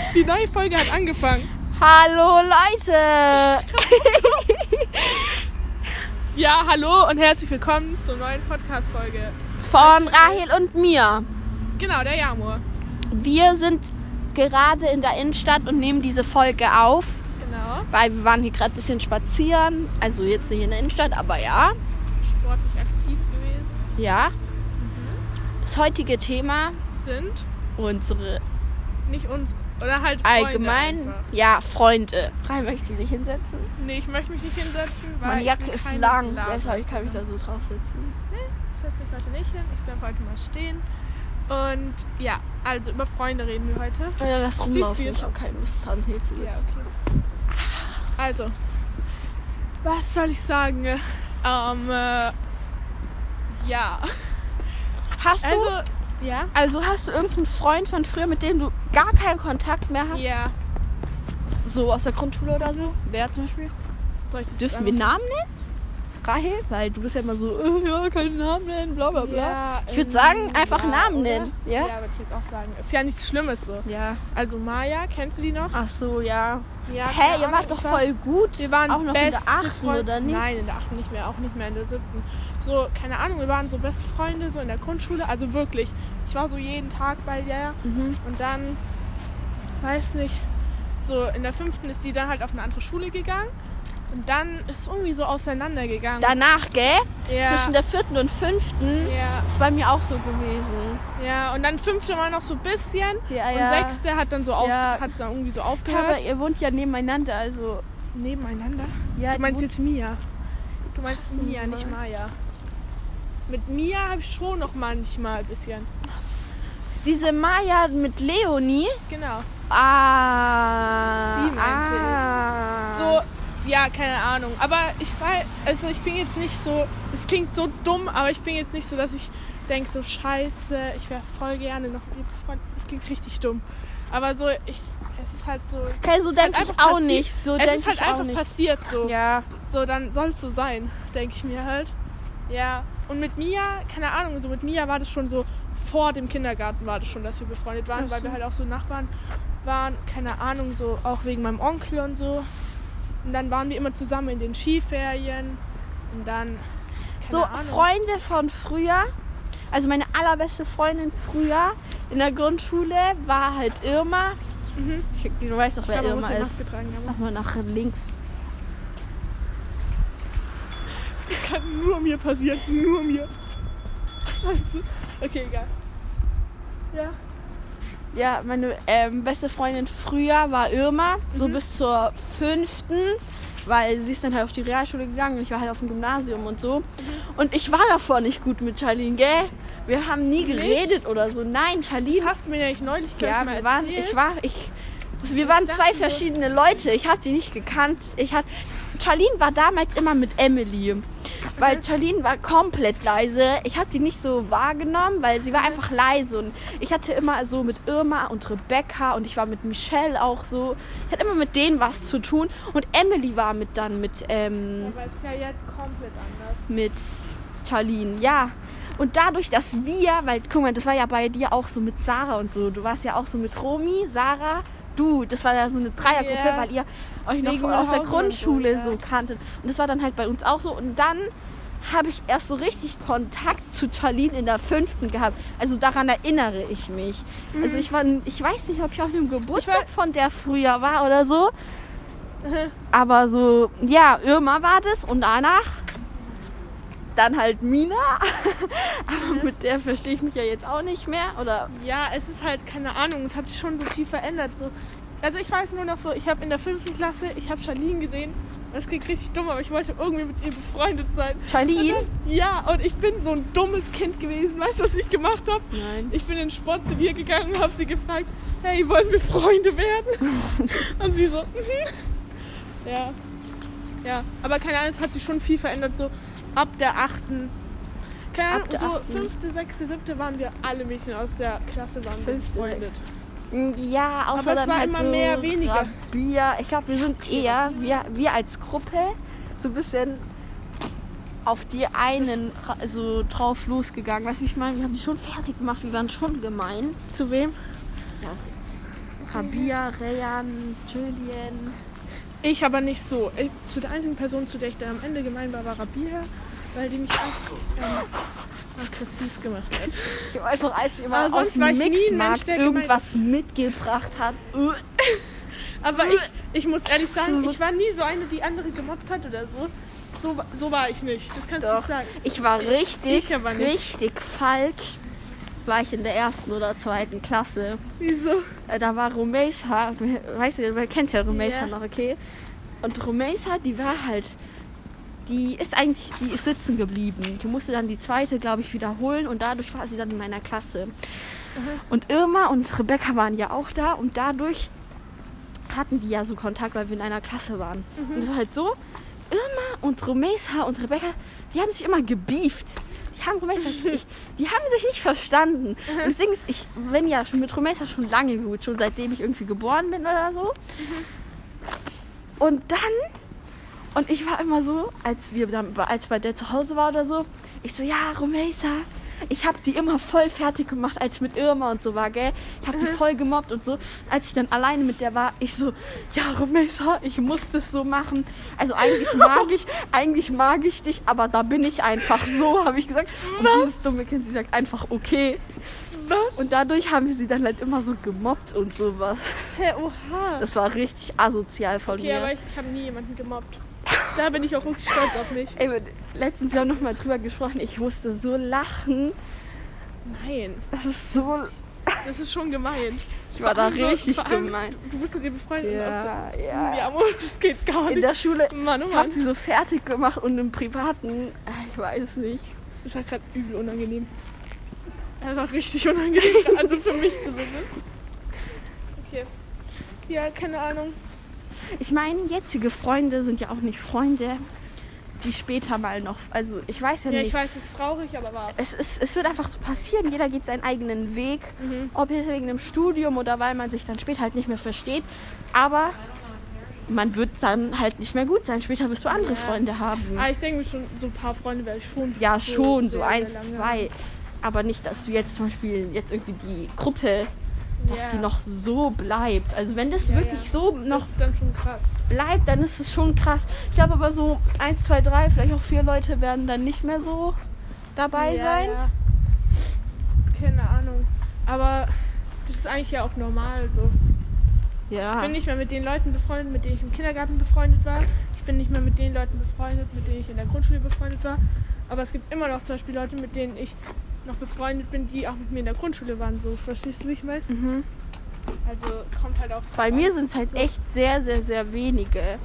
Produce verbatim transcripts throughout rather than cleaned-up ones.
Die neue Folge hat angefangen. Hallo Leute! Ja, hallo und herzlich willkommen zur neuen Podcast-Folge. Von Rahel und mir. Genau, der Jamur. Wir sind gerade in der Innenstadt und nehmen diese Folge auf. Genau. Weil wir waren hier gerade ein bisschen spazieren. Also jetzt nicht in der Innenstadt, aber ja. Sportlich aktiv gewesen. Ja. Mhm. Das heutige Thema sind unsere... Nicht unsere, oder halt Freunde Allgemein, einfach. Ja, Freunde. Rahel, möchtest du dich hinsetzen? Nee, ich möchte mich nicht hinsetzen, weil Meine Jacke ich will ist keine lang, Blase deshalb kann ich da haben. so drauf sitzen. Nee, das setzt mich heute nicht hin. Ich bleib heute mal stehen. Und ja, also über Freunde reden wir heute. Ja, lass Siehst rumlaufen, du ich jetzt? habe keine Lust, Tee zu Ja, okay. Also, was soll ich sagen? Ähm, äh, ja. Hast du... Also, ja? Also hast du irgendeinen Freund von früher, mit dem du gar keinen Kontakt mehr hast? Ja. So aus der Grundschule oder so? Wer zum Beispiel? Soll ich das Dürfen wir sagen? Namen nennen? Rahel? Weil du bist ja immer so, äh, ja, keinen Namen nennen, bla bla bla. Ja, ich würde ähm, sagen, einfach ja, Namen oder? nennen. Ja? Ja, würde ich jetzt auch sagen. Ist ja nichts Schlimmes so. Ja. Also Maya, kennst du die noch? Ach so, ja. Ja, Hä, keine ihr Ahnung, wart doch ich war- voll gut. Wir waren auch noch in der beste achten Freunde. oder nicht? Nein, in der achten nicht mehr, auch nicht mehr in der siebten. So, keine Ahnung, wir waren so beste Freunde so in der Grundschule. Also wirklich, ich war so jeden Tag bei der. Mhm. Und dann, weiß nicht, so in der fünften ist die dann halt auf eine andere Schule gegangen. Und dann ist es irgendwie so auseinandergegangen. Danach, gell? ja, Zwischen der vierten und fünften. ja, Das ist bei mir auch so gewesen. ja, und dann fünfte war noch so ein bisschen. Ja, Und ja. sechste hat dann so auf, Ja. hat dann irgendwie so Ja, aufgehört. aber ihr wohnt ja nebeneinander, also... Nebeneinander? Ja, Du meinst ihr jetzt Mia. Du meinst Ach so, Mia, nicht Mann. Maya. Mit Mia habe ich schon noch manchmal ein bisschen. Diese Maya mit Leonie. Genau. Ah. Die meinte ich. ah. So, ja, keine Ahnung. Aber ich weiß, also ich bin jetzt nicht so, es klingt so dumm, aber ich bin jetzt nicht so, dass ich denke so, scheiße, ich wäre voll gerne noch mit ihr befreundet. Das klingt richtig dumm. Aber so, ich, es ist halt so... Okay, so es ist denke halt ich einfach auch passiert. nicht. So Es denke ist halt ich auch einfach nicht. passiert so. Ja. So, dann soll es so sein, denke ich mir halt. Ja, und mit Mia, keine Ahnung, so mit Mia war das schon so, vor dem Kindergarten war das schon, dass wir befreundet waren, Ach weil so. wir halt auch so Nachbarn waren, keine Ahnung, so auch wegen meinem Onkel und so. Und dann waren wir immer zusammen in den Skiferien und dann, keine So Ahnung. Freunde von früher. Also meine allerbeste Freundin früher in der Grundschule war halt Irma. Mhm. Ich, du weißt doch, Ich wer glaube, man muss Irma eine ist. Maske tragen, ja. Mach mal nach links. Das kann nur mir passieren, nur mir. Weißt du? Okay, egal. Ja. Ja, meine ähm, beste Freundin früher war Irma, so Mhm. bis zur fünften, weil sie ist dann halt auf die Realschule gegangen und ich war halt auf dem Gymnasium und so. Und ich war davor nicht gut mit Charlene, gell? Wir haben nie geredet oder so. Nein, Das Charlene. hast du mir ja nicht neulich gleich Ja, mal wir waren, erzählt. ich war, ich, das, wir Ich waren dachte zwei nur- verschiedene Leute. Ich habe die nicht gekannt. Ich hat, Charlene war damals immer mit Emily, weil Charlene war komplett leise. Ich habe die nicht so wahrgenommen, weil sie war einfach leise. Und ich hatte immer so mit Irma und Rebecca und ich war mit Michelle auch so. Ich hatte immer mit denen was zu tun. Und Emily war mit dann mit ähm, Aber es ist ja jetzt komplett anders. mit Charlene, ja. Und dadurch, dass wir, weil, guck mal, das war ja bei dir auch so mit Sarah und so. Du warst ja auch so mit Romy, Sarah, du. Das war ja so eine Dreiergruppe, Ja. weil ihr euch noch Wegen von, aus der Neuhausen und Grundschule so, so, ja. kanntet. Und das war dann halt bei uns auch so. Und dann habe ich erst so richtig Kontakt zu Charlene in der fünften gehabt. Also daran erinnere ich mich. Also ich war, ich weiß nicht, ob ich auf dem Geburtstag Ich von der früher war oder so. Aber so, ja, Irma war das und danach dann halt Mina. Aber mit der verstehe ich mich ja jetzt auch nicht mehr. Oder Ja, es ist halt, keine Ahnung, es hat sich schon so viel verändert. So. Also ich weiß nur noch so, ich habe in der fünften Klasse, ich habe Charlene gesehen. Das klingt richtig dumm, aber ich wollte irgendwie mit ihr befreundet sein. Charlene? Und dann, ja, und ich bin so ein dummes Kind gewesen. Weißt du, was ich gemacht habe? Nein. Ich bin in den Sport zu ihr gegangen und habe sie gefragt, hey, wollen wir Freunde werden? Und sie so, mhm. Ja. Ja, aber keine Ahnung, es hat sich schon viel verändert. So ab der achten, keine Ahnung, Ab der so achten. fünfte, sechste, siebte waren wir alle Mädchen aus der Klasse waren Fünfte, befreundet. Ja, außer Aber es dann war halt immer so mehr, weniger. Rabia. Ich glaube, wir sind eher, wir, wir als Gruppe, so ein bisschen auf die einen ra- so drauf losgegangen. Weißt du, wie ich meine? Wir haben die schon fertig gemacht, wir waren schon gemein. Zu wem? Ja. Rabia, Rayan, Julian. Ich aber nicht so. Ich, zu der einzigen Person, zu der ich dann am Ende gemein war, war Rabia, weil die mich auch ähm, aggressiv gemacht hat. Ich weiß noch, als sie immer Aber aus sonst war dem ich nie ein Mensch, Mixmarkt der irgendwas mitgebracht hat. Aber ich, ich muss ehrlich sagen, So- ich war nie so eine, die andere gemobbt hat oder so. So, so war ich nicht. Das kannst du Doch, nicht sagen. ich war richtig, Ich aber nicht. richtig falsch. War ich in der ersten oder zweiten Klasse. Wieso? Äh, Da war Rumeisa, weißt du, man kennt ja Rumeisa Ja. noch, okay? Und Rumeisa, die war halt, die ist eigentlich, die ist sitzen geblieben. Die musste dann die zweite, glaube ich, wiederholen und dadurch war sie dann in meiner Klasse. Und Irma und Rebecca waren ja auch da und dadurch hatten die ja so Kontakt, weil wir in einer Klasse waren. Und es war halt so, Irma und Rumeisa und Rebecca, die haben sich immer gebieft. Die haben Rumeisa, ich, die haben sich nicht verstanden. Und das Ding ist, ich bin ja schon mit Rumeisa schon lange gut, schon seitdem ich irgendwie geboren bin oder so. Und dann, und ich war immer so, als wir dann, als bei der zu Hause war oder so, ich so, ja, Rumeisa, ich habe die immer voll fertig gemacht, als ich mit Irma und so war, gell? Ich habe die voll gemobbt und so. Als ich dann alleine mit der war, ich so, ja, Rumeisa, ich muss das so machen. Also eigentlich mag ich, eigentlich mag ich dich, aber da bin ich einfach so, habe ich gesagt. Und dieses dumme Kind, sie sagt einfach okay. Was? Und dadurch haben wir sie dann halt immer so gemobbt und sowas. Hä, oha. Das war richtig asozial von Okay, mir. aber ich, ich habe nie jemanden gemobbt. Da bin ich auch wirklich stolz auf mich. Ey, letztens, wir haben noch mal drüber gesprochen, ich musste so lachen. Nein, Das ist so, das ist schon gemein. ich war da Vor allem so- richtig vor allem, gemein. Du bist mit ihr befreundet Ja, und auf der ja. Ja, Amor, das geht gar In nicht. der Schule Mann, oh habe Mann. sie so fertig gemacht und im Privaten, äh, ich weiß nicht. Das war gerade übel unangenehm. Das war richtig unangenehm, also für mich zumindest. Okay. Ja, keine Ahnung. Ich meine, jetzige Freunde sind ja auch nicht Freunde, die später mal noch, also ich weiß ja, Ja, nicht. ich weiß, es ist traurig, aber wahr. Es, ist, es wird einfach so passieren, jeder geht seinen eigenen Weg, Mhm. ob jetzt wegen dem Studium oder weil man sich dann später halt nicht mehr versteht. Aber man wird dann halt nicht mehr gut sein. Später wirst du andere Ja. Freunde haben. Aber ich denke mir schon, so ein paar Freunde werde ich schon. Ja, schon, so sehr, eins, sehr lange zwei. Aber nicht, dass du jetzt zum Beispiel jetzt irgendwie die Gruppe, dass Ja. die noch so bleibt. Also wenn das Ja, wirklich ja. so Das noch ist dann schon krass. bleibt, dann ist es schon krass. Ich glaube aber so eins, zwei, drei, vielleicht auch vier Leute werden dann nicht mehr so dabei ja, sein. Ja. Keine Ahnung. Aber das ist eigentlich ja auch normal so. Ja. Ich bin nicht mehr mit den Leuten befreundet, mit denen ich im Kindergarten befreundet war. Ich bin nicht mehr mit den Leuten befreundet, mit denen ich in der Grundschule befreundet war. Aber es gibt immer noch zum Beispiel Leute, mit denen ich noch befreundet bin, die auch mit mir in der Grundschule waren. So, verstehst du, wie ich meine? Mhm. Also kommt halt auch drauf Bei an. mir sind es halt echt sehr, sehr, sehr wenige.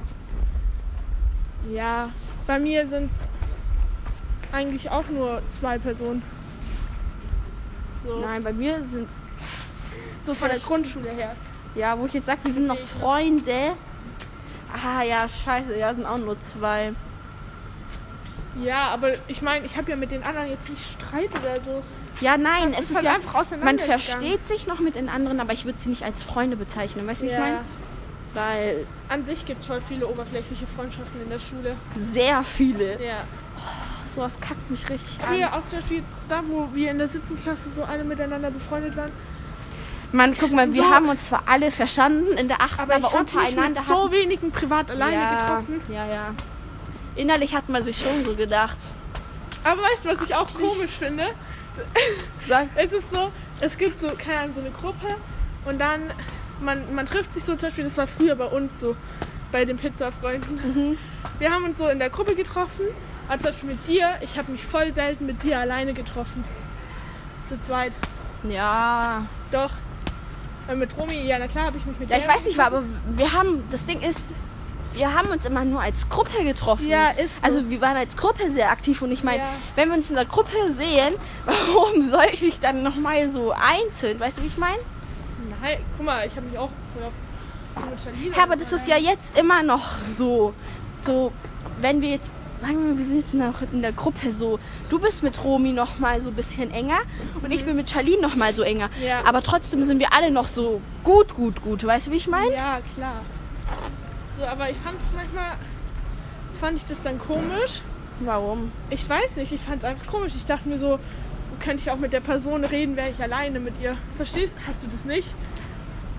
Ja, bei mir sind es eigentlich auch nur zwei Personen. So, Nein, bei mir sind, so von der Grundschule her. ja, wo ich jetzt sage, wir sind noch Freunde. Ah ja, scheiße, ja, sind auch nur zwei. Ja, aber ich meine, ich habe ja mit den anderen jetzt nicht Streit oder so. Ja, nein, Das es ist ist halt ja, einfach man auseinandergegangen. versteht sich noch mit den anderen, aber ich würde sie nicht als Freunde bezeichnen. Weißt du, wie ich Ja. meine? Weil An sich gibt es voll viele oberflächliche Freundschaften in der Schule. sehr viele. Ja. Sowas kackt mich richtig an. Früher auch zum Beispiel jetzt da, wo wir in der siebten Klasse so alle miteinander befreundet waren. Mann, guck mal, wir So. haben uns zwar alle verstanden in der achten, Aber, aber, ich habe mich untereinander mit so hatten- wenigen privat alleine ja, getroffen. Ja, ja. Innerlich hat man sich schon so gedacht. Aber weißt du, was ich auch komisch finde? Sag. Es ist so, es gibt so, keine Ahnung, so eine Gruppe und dann, man, man trifft sich so zum Beispiel, das war früher bei uns so, bei den Pizzafreunden. Mhm. Wir haben uns so in der Gruppe getroffen, aber zum Beispiel mit dir, ich habe mich voll selten mit dir alleine getroffen. Zu zweit. Ja. Doch. Äh, mit Romy, ja na klar, habe ich mich mit Ja, dir ich weiß nicht, aber wir haben, das Ding ist, wir haben uns immer nur als Gruppe getroffen. Ja, ist so. Also wir waren als Gruppe sehr aktiv und ich meine, Ja. wenn wir uns in der Gruppe sehen, warum sollte ich dann nochmal so einzeln, weißt du, wie ich meine? Nein, guck mal, ich habe mich auch voll auf so mit Charlene. Ja, aber das ist ja jetzt immer noch so, so, wenn wir jetzt, sagen wir, wir sind jetzt noch in der Gruppe so, du bist mit Romy noch mal so ein bisschen enger und ich bin mit Charlene noch mal so enger, Ja. aber trotzdem sind wir alle noch so gut, gut, gut, weißt du, wie ich meine? Ja, klar. So, aber ich fand es manchmal, fand ich das dann komisch. Warum? Ich weiß nicht, ich fand es einfach komisch. Ich dachte mir so, könnte ich auch mit der Person reden, wäre ich alleine mit ihr. Verstehst? Hast du das nicht?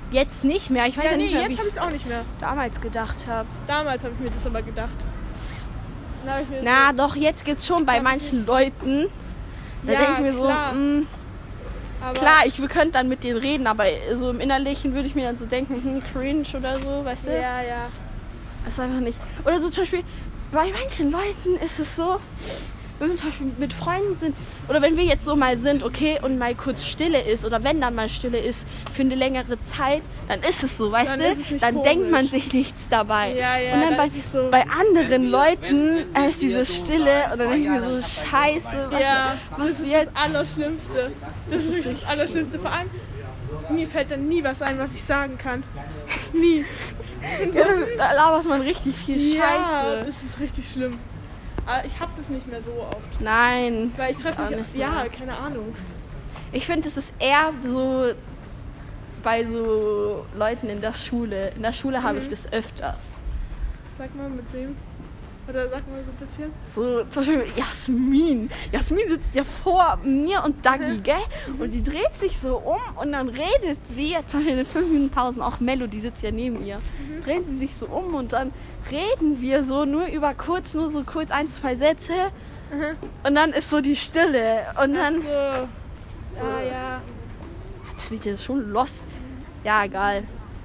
Jetzt nicht mehr. Ich weiß ja, ja nee, nicht mehr, jetzt wie ich habe ich es auch nicht mehr. damals gedacht habe. Damals habe ich mir das aber gedacht. Dann hab ich mir Na so, doch, jetzt gibt's schon bei Das manchen Leuten. Da Ja, denke ich mir so, klar. mh, aber klar, ich könnte dann mit denen reden, aber so im Innerlichen würde ich mir dann so denken, hm, cringe oder so, weißt du? Ja, ja. Das ist einfach nicht. Oder so zum Beispiel, bei manchen Leuten ist es so, wenn wir zum Beispiel mit Freunden sind, oder wenn wir jetzt so mal sind, okay, und mal kurz Stille ist, oder wenn dann mal Stille ist für eine längere Zeit, dann ist es so, weißt Dann du? ist es nicht Dann komisch. denkt man sich nichts dabei. Ja, ja, und dann, dann bei, ist es so- bei anderen Leuten äh, ist diese Stille, und dann denke ich mir so, scheiße, was, Ja, was das ist jetzt? das Allerschlimmste. Das ist wirklich das Allerschlimmste. Vor allem, mir fällt dann nie was ein, was ich sagen kann. Nie. Ja, dann, da labert man richtig viel Ja, Scheiße. das ist richtig schlimm. Aber ich hab das nicht mehr so oft. Nein. Weil ich treffe Auch mich... nicht Ja, mehr. keine Ahnung. Ich finde, es ist eher so bei so Leuten in der Schule. In der Schule habe ich das öfters. Sag mal, mit wem? Oder sag mal so ein bisschen. So zum Beispiel mit Jasmin. Jasmin sitzt ja vor mir und Dagi, gell? Und die dreht sich so um und dann redet sie, zum Beispiel in den fünf Minuten Pausen, auch Mello, die sitzt ja neben ihr, Mhm. dreht sie sich so um und dann reden wir so nur über kurz, nur so kurz ein, zwei Sätze Mhm. und dann ist so die Stille und Ach dann... so. Ja, ja. Das wird jetzt schon lost. Ja, egal.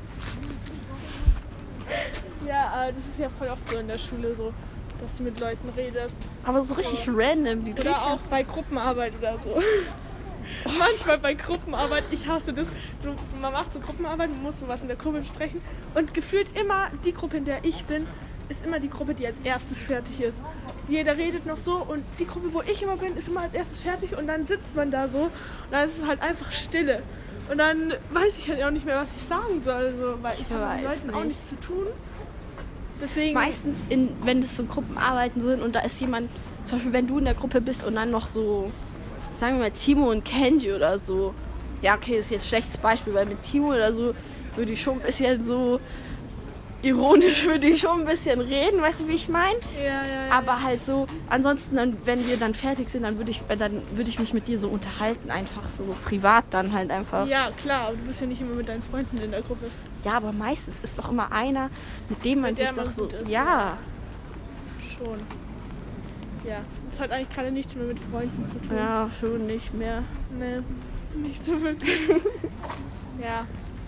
Ja, aber das ist ja voll oft so in der Schule so, dass du mit Leuten redest. Aber so richtig random, die dreht Oder sich auch bei Gruppenarbeit oder so. Manchmal bei Gruppenarbeit, ich hasse das. So, man macht so Gruppenarbeit, man muss so was in der Gruppe besprechen. Und gefühlt immer die Gruppe, in der ich bin, ist immer die Gruppe, die als erstes fertig ist. Jeder redet noch so und die Gruppe, wo ich immer bin, ist immer als erstes fertig und dann sitzt man da so und dann ist es halt einfach Stille. Und dann weiß ich halt auch nicht mehr, was ich sagen soll, so, weil ich habe mit weiß den Leuten auch nicht. nichts zu tun. Deswegen... meistens, in, wenn das so Gruppenarbeiten sind und da ist jemand, zum Beispiel wenn du in der Gruppe bist und dann noch so, sagen wir mal Timo und Kenji oder so. Ja, okay, das ist jetzt ein schlechtes Beispiel, weil mit Timo oder so würde ich schon ein bisschen so ironisch würde ich schon ein bisschen reden, weißt du, wie ich meine? Ja, ja, ja. Aber halt so, ansonsten, dann, wenn wir dann fertig sind, dann würde ich, äh, dann würde ich mich mit dir so unterhalten, einfach so privat dann halt einfach. Ja, klar, aber du bist ja nicht immer mit deinen Freunden in der Gruppe. Ja, aber meistens ist doch immer einer, mit dem man Mit der sich man doch so, gut ist, ja, Schon. Ja, das hat eigentlich gerade nichts mehr mit Freunden zu tun. ja, schon nicht mehr. Nee, nicht so wirklich. Ja.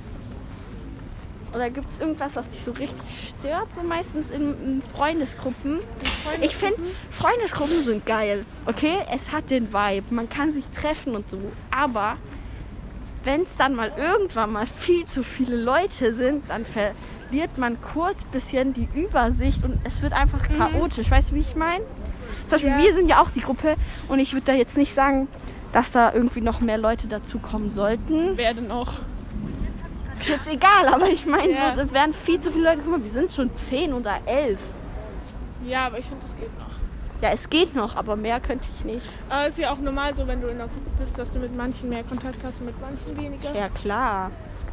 Oder gibt es irgendwas, was dich so richtig stört, so meistens in, in Freundesgruppen? Freundesgruppen? Ich finde, Freundesgruppen sind geil, okay? Es hat den Vibe, man kann sich treffen und so, aber wenn es dann mal irgendwann mal viel zu viele Leute sind, dann verliert man kurz ein bisschen die Übersicht und es wird einfach chaotisch, weißt du, wie ich meine? Zum Beispiel, Ja. wir sind ja auch die Gruppe und ich würde da jetzt nicht sagen, dass da irgendwie noch mehr Leute dazukommen sollten. Wer denn auch? Ist jetzt egal, aber ich meine, Ja. so, da werden viel zu viele Leute. Guck mal, wir sind schon zehn oder elf. Ja, aber ich finde, das geht noch. Ja, es geht noch, aber mehr könnte ich nicht. Aber es ist ja auch normal so, wenn du in der Gruppe bist, dass du mit manchen mehr Kontakt hast und mit manchen weniger. Ja, klar.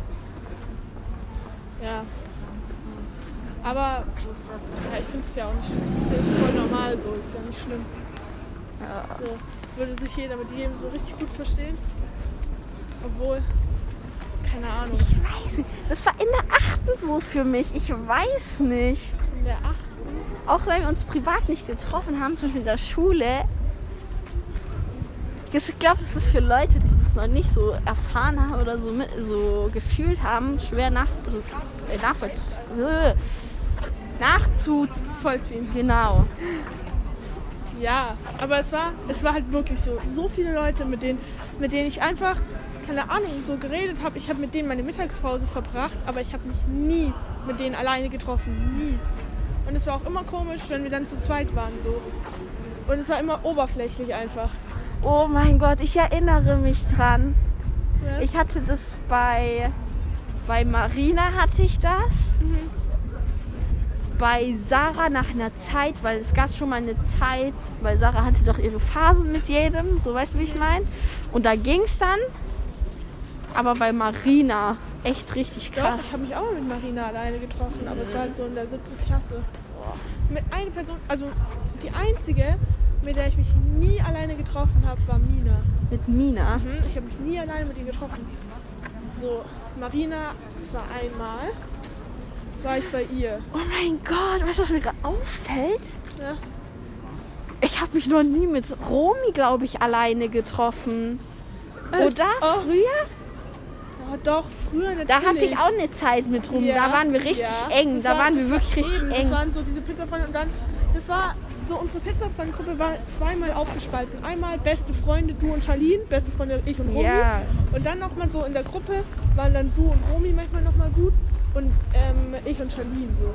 Ja. Aber ja, ich finde es ja auch nicht schlimm. Es ist voll normal so, ist ja nicht schlimm. Ja. So, würde sich jeder mit jedem so richtig gut verstehen. Obwohl, keine Ahnung, Ich weiß nicht. Das war in der achten so für mich. Ich weiß nicht. in der achten. Auch wenn wir uns privat nicht getroffen haben, zum Beispiel in der Schule. Ich glaube, es ist für Leute, die das noch nicht so erfahren haben oder so, mit, so gefühlt haben, schwer nach, so, äh, nachvoll, äh, nachzuvollziehen. Genau. Ja, aber es war, es war halt wirklich so. So viele Leute, mit denen, mit denen ich einfach, keine Ahnung, so geredet habe. Ich habe mit denen meine Mittagspause verbracht, aber ich habe mich nie mit denen alleine getroffen. Nie. Und es war auch immer komisch, wenn wir dann zu zweit waren. So. Und es war immer oberflächlich einfach. Oh mein Gott, ich erinnere mich dran. Ja. Ich hatte das bei, bei Marina hatte ich das. Mhm. Bei Sarah nach einer Zeit, weil es gab schon mal eine Zeit, weil Sarah hatte doch ihre Phasen mit jedem, so weißt du, wie ich meine? Und da ging es dann, aber bei Marina echt richtig Doch, ich krass. habe mich auch mal mit Marina alleine getroffen, aber es war halt so in der siebten Klasse. Mit einer Person, also die einzige, mit der ich mich nie alleine getroffen habe, war Mina. Mit Mina. Mhm. Ich habe mich nie alleine mit ihr getroffen. so, Marina, das war einmal, war ich bei ihr. Oh mein Gott, weißt du, was mir gerade auffällt? Ja. Ich habe mich noch nie mit Romy, glaube ich, alleine getroffen. Oder? Oh. Früher? Oh, doch, früher natürlich. Da hatte ich auch eine Zeit mit Romy. Ja, Da waren wir richtig ja. eng. Das Da war, waren wir das wirklich war richtig eben, eng. Das waren so diese Pizzafreunde und dann, das war so, unsere Pizzafreundengruppe war zweimal aufgespalten. Einmal beste Freunde, du und Charlene, beste Freunde, ich und Romy. Ja. Und dann nochmal so in der Gruppe waren dann du und Romy manchmal nochmal gut und ähm, ich und Charlene so.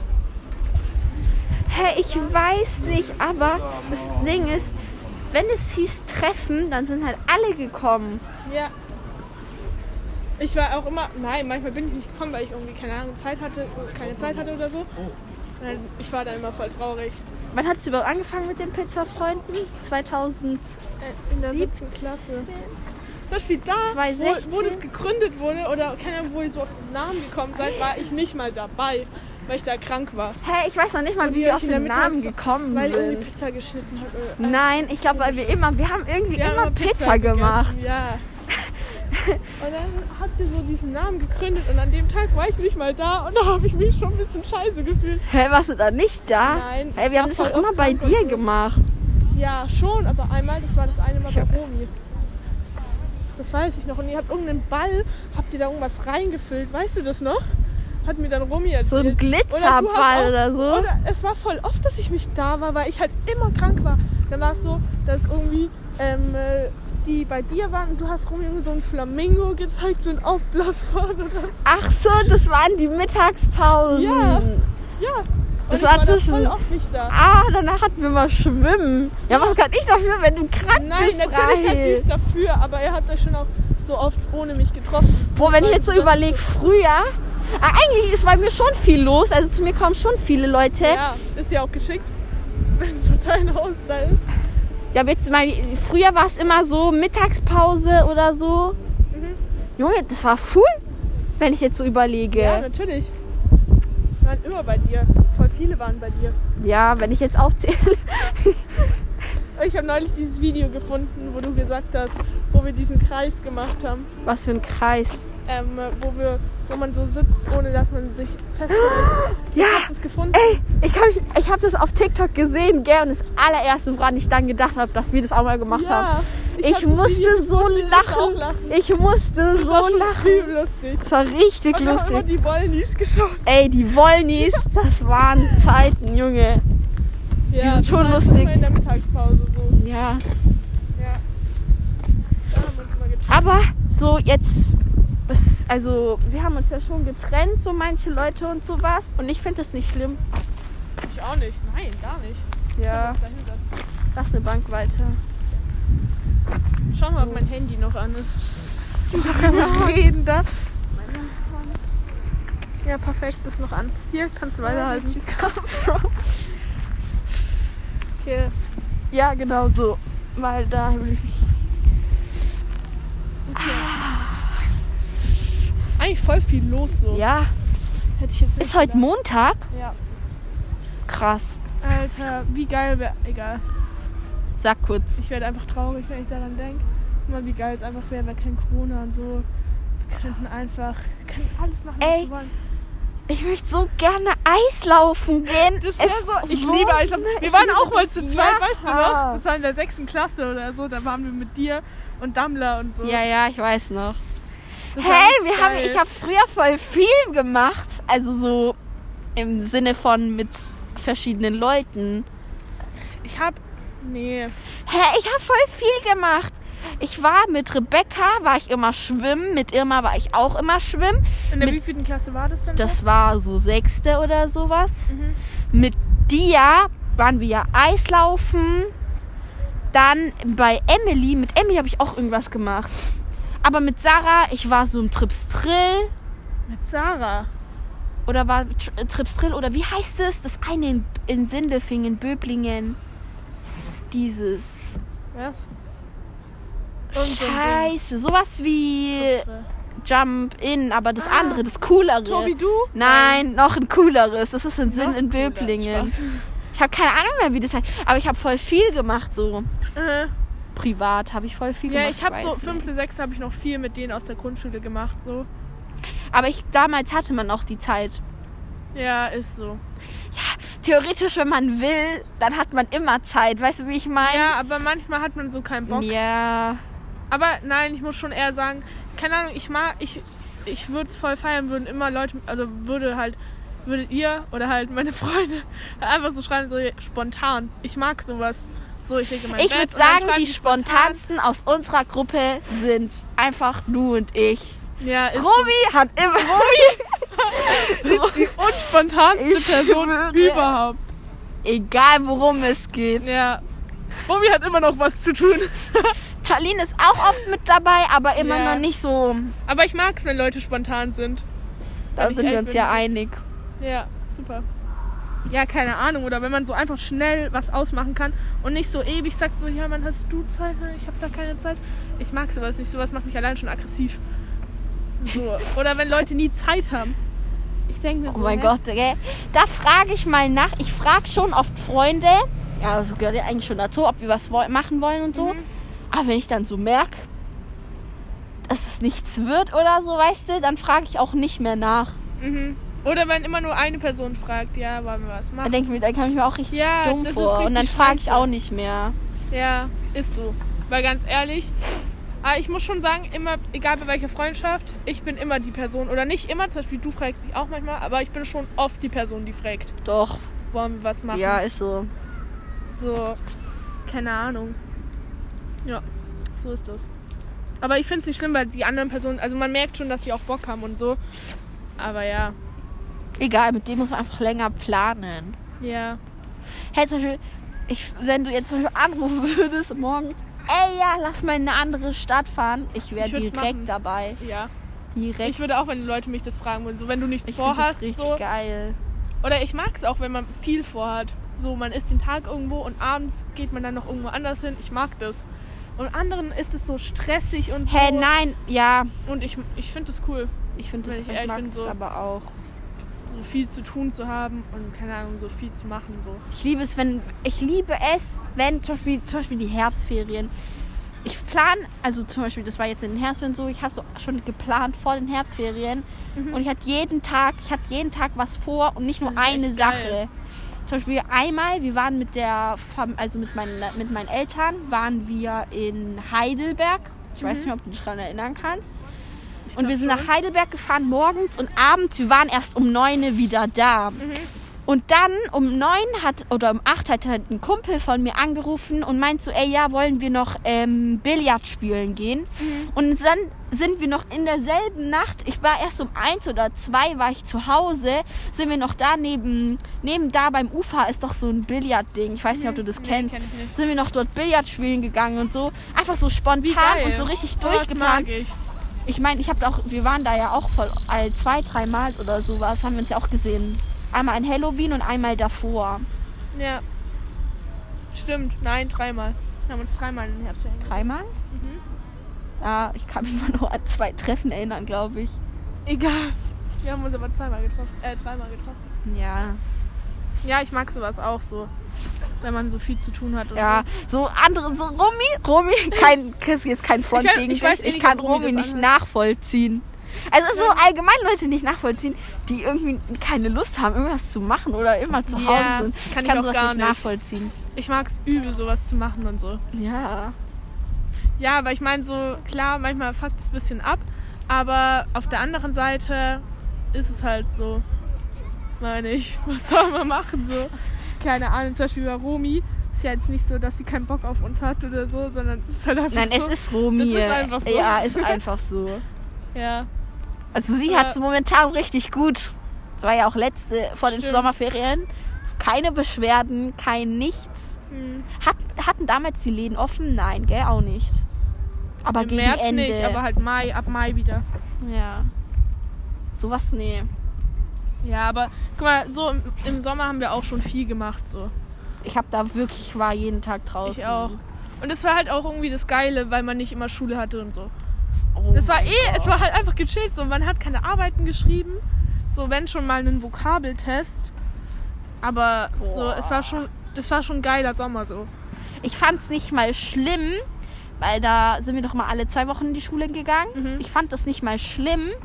Hä, ich weiß nicht, aber das Ding ist, wenn es hieß Treffen, dann sind halt alle gekommen. Ja. Ich war auch immer, nein, manchmal bin ich nicht gekommen, weil ich irgendwie keine Ahnung, Zeit hatte, keine Zeit hatte oder so. Ich war dann immer voll traurig. Wann hat es überhaupt angefangen mit den Pizzafreunden? zweitausend In der siebten Klasse. Zum Beispiel da, zweitausendsechzehn. wo, wo das gegründet wurde oder keine Ahnung, wo ihr so auf den Namen gekommen seid, war ich nicht mal dabei, weil ich da krank war. Hä, ich weiß noch nicht mal, Und wie wir wir auf in der den Namen Mittags- gekommen Weil irgendwie sind. Pizza geschnitten hat. Oder, Nein, ich glaube, weil wir immer, wir haben irgendwie wir haben immer Pizza, gegessen, gemacht. Ja. Und dann habt ihr so diesen Namen gegründet und an dem Tag war ich nicht mal da und da habe ich mich schon ein bisschen scheiße gefühlt. Hä, warst du da nicht da? Nein, Hä, ich wir war haben das voll doch immer oft bei krank und dir so. gemacht. Ja, schon, aber einmal, das war das eine Mal bei Ich- Romy. Das weiß ich noch. Und ihr habt irgendeinen Ball, habt ihr da irgendwas reingefüllt, weißt du das noch? Hat mir dann Romy erzählt. So ein Oder du Glitzerball hast auch- oder so. Oder es war voll oft, dass ich nicht da war, weil ich halt immer krank war. Dann war es so, dass irgendwie ähm, äh, die bei dir waren und du hast Romy irgendwie so ein Flamingo gezeigt, so ein Aufblasbad oder so. Ach so, das waren die Mittagspausen. Ja. Ja. Das und war ich war zwischen- da voll oft nicht da. Ah, danach hatten wir mal Schwimmen. Ja, was kann ich dafür, wenn du krank Nein, bist, natürlich kann Rahel? ich dafür, aber ihr habt euch schon auch so oft ohne mich getroffen. Boah, wenn ich jetzt so Das- überlege, früher... Ah, eigentlich ist bei mir schon viel los. Also zu mir kommen schon viele Leute. Ja, ist ja auch geschickt, wenn so dein Haus da ist. Ja, aber jetzt mal, früher war es immer so Mittagspause oder so. Mhm. Junge, das war full, wenn ich jetzt so überlege. Ja, natürlich. Wir waren immer bei dir. Voll viele waren bei dir. Ja, wenn ich jetzt aufzähle. Ich habe neulich dieses Video gefunden, wo du gesagt hast, wo wir diesen Kreis gemacht haben. Was für ein Kreis. Ähm, wo, wir, wo man so sitzt, ohne dass man sich festhält. Ja, Ich hab das gefunden. ey, ich habe ich hab das auf TikTok gesehen, gell? Und das allererste, woran ich dann gedacht habe, dass wir das auch mal gemacht Ja, haben. ich Ich, hab das Video musste so gefunden, ich musste auch lachen. lachen. Ich musste Das so war schon lachen. übel lustig. Das war richtig Und wir haben immer lustig. die Wollnies geschaut. Ey, die Wollnies, das waren Zeiten, Junge. Ja, sind schon das war lustig. immer in der Mittagspause so. Ja. Ja. Da haben wir uns immer getroffen. Aber so jetzt, es, also wir haben uns ja schon getrennt, so manche Leute und sowas. Und ich finde das nicht schlimm. Ich auch nicht. Nein, gar nicht. Ja, Da hinsetzen. lass eine Bank weiter. Schau mal, So. ob mein Handy noch an ist. Wir reden da. Ja, perfekt, ist noch an. Hier, kannst du weiterhalten. Okay. Ja, genau so. Weil da will ich. Eigentlich voll viel los so. Ja, Hätte ich jetzt nicht ist heute gedacht. Montag? Ja. Krass. Alter, wie geil wäre. Egal. Sag kurz. Ich werde einfach traurig, wenn ich daran denke. Guck mal, wie geil es einfach wäre, wäre kein Corona und so. Wir könnten einfach. Wir könnten alles machen, was Ey. wir wollen. Ich möchte so gerne Eislaufen gehen. Das wäre Es- so. Ich so liebe Eislaufen. eine- Wir waren ich auch liebe mal das. zu zweit, Ja. weißt du noch? Das war in der sechsten Klasse oder so. Da waren wir mit dir und Dammler und so. Ja, ja, ich weiß noch. Das war Hey, richtig wir haben, geil. ich habe früher voll viel gemacht. Also so im Sinne von mit verschiedenen Leuten. Ich hab. Nee. Hä, ich habe voll viel gemacht. Ich war mit Rebecca, war ich immer schwimmen. Mit Irma war ich auch immer schwimmen. In der Mit- wievielten Klasse war das denn? Das war so sechste oder sowas. Mhm. Mit dir waren wir ja Eislaufen. Dann bei Emily, mit Emily habe ich auch irgendwas gemacht. Aber mit Sarah, ich war so im Tripstrill. Mit Sarah. Oder war Tr- Tripstrill oder wie heißt es? Das eine in, in Sindelfingen, Böblingen. Dieses. Was? Irgend so ein Ding. Scheiße, sowas wie Jump In, aber das Ah, andere, das coolere. Tobi, du? Nein, noch ein cooleres. Das ist in Sinn Noch in cooler. Böblingen. Spaß. Ich habe keine Ahnung mehr, wie das heißt. Aber ich habe voll viel gemacht, so. Äh. Privat habe ich voll viel Ja, gemacht. ich habe weiß so nicht. fünfte, sechste habe ich noch viel mit denen aus der Grundschule gemacht, so. Aber ich, damals hatte man auch die Zeit. Ja, ist so. Theoretisch, wenn man will, dann hat man immer Zeit. Weißt du, wie ich meine? Ja, aber manchmal hat man so keinen Bock. Ja. Aber nein, ich muss schon eher sagen, keine Ahnung, ich mag, ich, ich würde es voll feiern, würden immer Leute, also würde halt, würdet ihr oder halt meine Freunde einfach so schreien, so spontan. Ich mag sowas. So, ich lege mein Ich Bett würde und dann sagen, schreiben die spontansten aus unserer Gruppe sind einfach du und ich. Ja, ist Romy hat immer... Romy ist die unspontanste Ich Person schwöre. überhaupt. Egal, worum es geht. Ja. Romy hat immer noch was zu tun. Charlene ist auch oft mit dabei, aber immer Ja. noch nicht so... Aber ich mag es, wenn Leute spontan sind. Da ich sind wir echt uns bin. ja einig. Ja, super. Ja, keine Ahnung. Oder wenn man so einfach schnell was ausmachen kann und nicht so ewig sagt, so, ja, Mann, hast du Zeit? Ich habe da keine Zeit. Ich mag sowas nicht. Sowas macht mich allein schon aggressiv. So. Oder wenn Leute nie Zeit haben. Ich denke mir Oh so, mein hä? Gott, gell? Da frage ich mal nach. Ich frage schon oft Freunde, ja, das gehört ja eigentlich schon dazu, ob wir was wo- machen wollen und so. Mhm. Aber wenn ich dann so merke, dass es nichts wird oder so, weißt du, dann frage ich auch nicht mehr nach. Mhm. Oder wenn immer nur eine Person fragt, ja, wollen wir was Dann machen? denke ich mir, dann kann ich mir auch richtig Ja, dumm das ist vor. Und richtig dann frage ich scheiße. auch nicht mehr. Ja, ist so. Weil ganz ehrlich, aber ich muss schon sagen, immer, egal bei welcher Freundschaft, ich bin immer die Person, oder nicht immer, zum Beispiel du fragst mich auch manchmal, aber ich bin schon oft die Person, die fragt, Doch, wollen wir was machen? ja, ist so. So, keine Ahnung. Ja, so ist das. Aber ich finde es nicht schlimm, weil die anderen Personen, also man merkt schon, dass die auch Bock haben und so. Aber ja, Egal, mit dem muss man einfach länger planen. ja. Hey, zum Beispiel, ich, wenn du jetzt zum Beispiel anrufen würdest morgens, ey, ja, lass mal in eine andere Stadt fahren, ich wäre Ich würd's direkt machen. dabei. Ja. Direkt. Ich würde auch, wenn die Leute mich das fragen würden, so wenn du nichts ich find das vorhast, richtig so. geil. Oder ich mag es auch, wenn man viel vorhat. So, man ist den Tag irgendwo und abends geht man dann noch irgendwo anders hin. Ich mag das. Und anderen ist es so stressig und so. Hey, nein, ja, Und ich, ich finde das cool, ich finde das, Wenn ich ich ehrlich mag bin, das so- aber auch. so viel zu tun zu haben und keine Ahnung, so viel zu machen. So. Ich liebe es, wenn, ich liebe es, wenn zum Beispiel, zum Beispiel die Herbstferien. Ich plane, also zum Beispiel, das war jetzt in den Herbstferien so, ich habe so schon geplant vor den Herbstferien Mhm. und ich hatte jeden Tag, ich hatte jeden Tag was vor und nicht nur Das ist eine echt Sache. geil. Zum Beispiel einmal, wir waren mit der, Fam- also mit meinen, mit meinen Eltern, waren wir in Heidelberg. Ich weiß Mhm. nicht, ob du dich daran erinnern kannst. Ich Und glaub wir sind schon. nach Heidelberg gefahren morgens und abends, wir waren erst um neun wieder da. Mhm. Und dann um neun hat, oder um acht hat halt ein Kumpel von mir angerufen und meint so, ey, ja, wollen wir noch ähm, Billard spielen gehen? Mhm. Und dann sind wir noch in derselben Nacht, ich war erst um eins oder zwei, war ich zu Hause, sind wir noch da neben, neben da beim Ufer ist doch so ein Billardding, ich weiß nicht, ob du das Nee, kennst. kenn ich nicht. Sind wir noch dort Billard spielen gegangen und so. Einfach so Wie spontan geil. und so richtig Sowas durchgeplant. mag ich. Ich meine, ich habe auch, wir waren da ja auch voll, all zwei, drei Mal oder sowas, haben wir uns ja auch gesehen. Einmal an Halloween und einmal davor. Ja. Stimmt, nein, dreimal. Wir haben uns dreimal in den Herbst gesehen. Dreimal? Mhm. Ja, ich kann mich mal nur an zwei Treffen erinnern, glaube ich. Egal. Wir haben uns aber zweimal getroffen. Äh, dreimal getroffen. Ja. Ja, ich mag sowas auch so. Wenn man so viel zu tun hat und Ja, so andere, so Romy, Romy, kein, das ist jetzt kein Front Ich weiß- gegen ich weiß dich, eh ich nicht, kann ob Romy Romy das nicht anhört. nachvollziehen. Also es ist so allgemein Leute nicht nachvollziehen, die irgendwie keine Lust haben, irgendwas zu machen oder immer zu Ja, Hause sind. kann ich ich kann auch sowas gar nicht nicht. nachvollziehen. so. Ich mag es übel, sowas zu machen und so. Ja. Ja, aber ich meine so, klar, manchmal fuckt es ein bisschen ab. Aber auf der anderen Seite ist es halt so, meine ich, was soll man machen so? Keine Ahnung, zum Beispiel bei Romy ist ja jetzt nicht so, dass sie keinen Bock auf uns hat oder so, sondern es ist halt einfach Nein, so. es ist Romy. Das ist einfach so. Ja, ist einfach so. Ja, Also sie Ja. hat es momentan richtig gut. Es war ja auch letzte, vor den Stimmt. Sommerferien. Keine Beschwerden, kein nichts. hm. Hat, hatten damals die Läden offen? Nein, gell? Auch nicht. Aber Im gegen März Ende. nicht, aber halt Mai, ab Mai wieder. Ja. Sowas, nee. Ja, aber guck mal, so im, im Sommer haben wir auch schon viel gemacht so. Ich hab da wirklich, war jeden Tag draußen. Ich auch. Und es war halt auch irgendwie das Geile, weil man nicht immer Schule hatte und so. Oh Das war mein eh, Gott. es war halt einfach gechillt. So, man hat keine Arbeiten geschrieben. So, wenn schon mal einen Vokabeltest. Aber so, Boah. es war schon, das war schon ein geiler Sommer so. Ich fand's nicht mal schlimm, weil da sind wir doch mal alle zwei Wochen in die Schule gegangen. Mhm. Ich fand das nicht mal schlimm,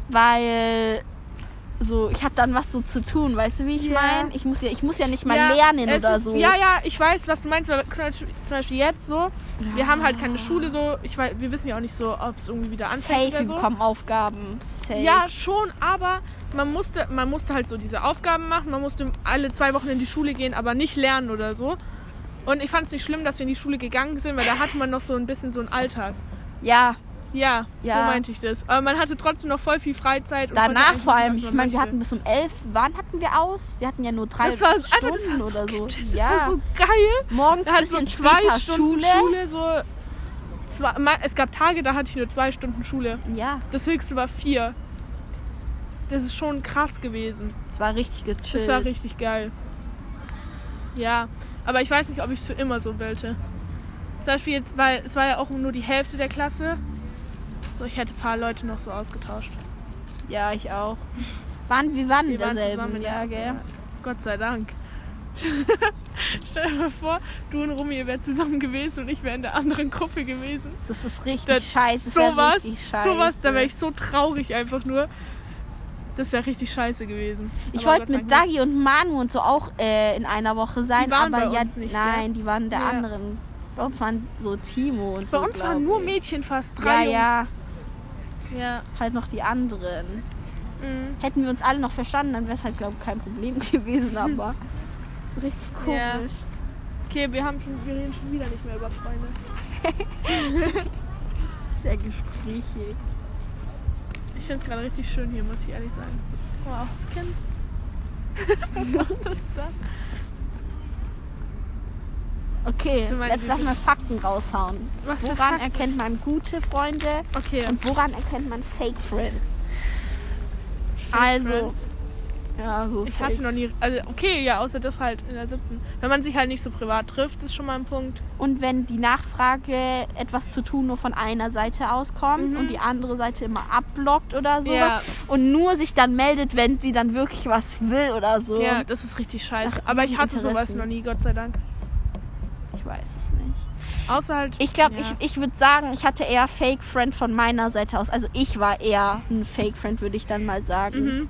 weil so, ich habe dann was so zu tun, weißt du, wie ich Ja. meine? Ich muss ja, ich muss ja nicht mal Ja, lernen es oder ist, so. Ja, ja, ich weiß, was du meinst. Weil, zum Beispiel jetzt so, wir haben halt keine Schule so. Ich weiß, wir wissen ja auch nicht so, ob es irgendwie wieder anfängt Safe oder so. bekommen Aufgaben. Safe. Ja, schon, aber man musste, man musste halt so diese Aufgaben machen. Man musste alle zwei Wochen in die Schule gehen, aber nicht lernen oder so. Und ich fand es nicht schlimm, dass wir in die Schule gegangen sind, weil da hatte man noch so ein bisschen so einen Alltag. Ja. Ja, Ja. so meinte ich das. Aber man hatte trotzdem noch voll viel Freizeit. Und konnte Danach eigentlich vor machen, allem, was ich man meine, wir möchte. hatten bis um elf, wann hatten wir aus? Wir hatten ja nur drei das war Stunden einfach, das war so, oder so. gechillt, das ja. war so geil. Morgens Da ein hat so bisschen zwei später Stunden Schule. Schule so zwei, mal- es gab Tage, da hatte ich nur zwei Stunden Schule. Ja, Das höchste war vier. Das ist schon krass gewesen. es war richtig gechillt. Das war richtig geil. Ja, aber ich weiß nicht, ob ich es für immer so wollte. Zum Beispiel jetzt, weil es war ja auch nur die Hälfte der Klasse. So, ich hätte ein paar Leute noch so ausgetauscht. Ja, ich auch. Waren, wir waren in Wir waren derselben, zusammen, ja, ja. gell? Gott sei Dank. Stell dir mal vor, du und Rumi, ihr wärt zusammen gewesen und ich wäre in der anderen Gruppe gewesen. Das ist richtig Das- scheiße. Das wär Sowas, richtig scheiße. sowas, da wäre ich so traurig einfach nur. Das wäre richtig scheiße gewesen. Ich Aber wollte Gott sei mit Dank Dagi und Manu und so auch äh, in einer Woche sein, Die waren aber bei ja, uns nicht, nein, die waren der Ja. anderen. Bei uns waren so Timo und nicht. so. Bei uns glaub waren nur ich. Mädchen fast, Ja, drei ja, Jungs. Ja. halt noch die anderen. Mhm. Hätten wir uns alle noch verstanden, dann wäre es halt, glaube ich, kein Problem gewesen, aber richtig komisch. Ja. Okay, wir, haben schon, wir reden schon wieder nicht mehr über Freunde. Sehr gesprächig. Ich finde es gerade richtig schön hier, muss ich ehrlich sagen. Wow, das Kind. Was macht das da? Okay, Zu meinen jetzt lass wirklich- mal Fakten raushauen. Was für Woran Fakten? erkennt man gute Freunde Okay. und woran erkennt man Fake Friends? Fake also, Friends. Ja, so Ich fake. hatte noch nie. Also okay, ja, außer das halt in der siebten. Wenn man sich halt nicht so privat trifft, ist schon mal ein Punkt. Und wenn die Nachfrage, etwas zu tun, nur von einer Seite auskommt Mhm. und die andere Seite immer abblockt oder sowas Ja. und nur sich dann meldet, wenn sie dann wirklich was will oder so. Ja, das ist richtig scheiße. Nach Aber ich hatte Interessen. sowas noch nie, Gott sei Dank. Ich weiß es nicht. Außer halt. Ich glaube, ja. ich, ich würde sagen, ich hatte eher Fake Friend von meiner Seite aus. Also ich war eher ein Fake Friend, würde ich dann mal sagen. Mhm.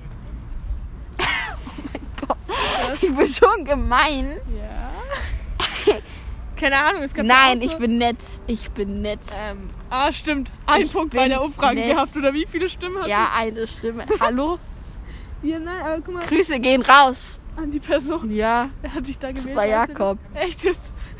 Ich bin schon gemein. Ja. Keine Ahnung, es gab Nein, ja auch ich so, bin nett. Ich bin nett. Ähm, ah, stimmt. Ein Ich Punkt bei bin der Umfrage nett. gehabt, oder wie viele Stimmen hat Ja, eine Stimme. Hallo? Ja, nein, aber guck mal, Grüße gehen raus. an die Person. Ja, Wer hat sich da gewählt? war weißt du Jakob. das? Echt jetzt?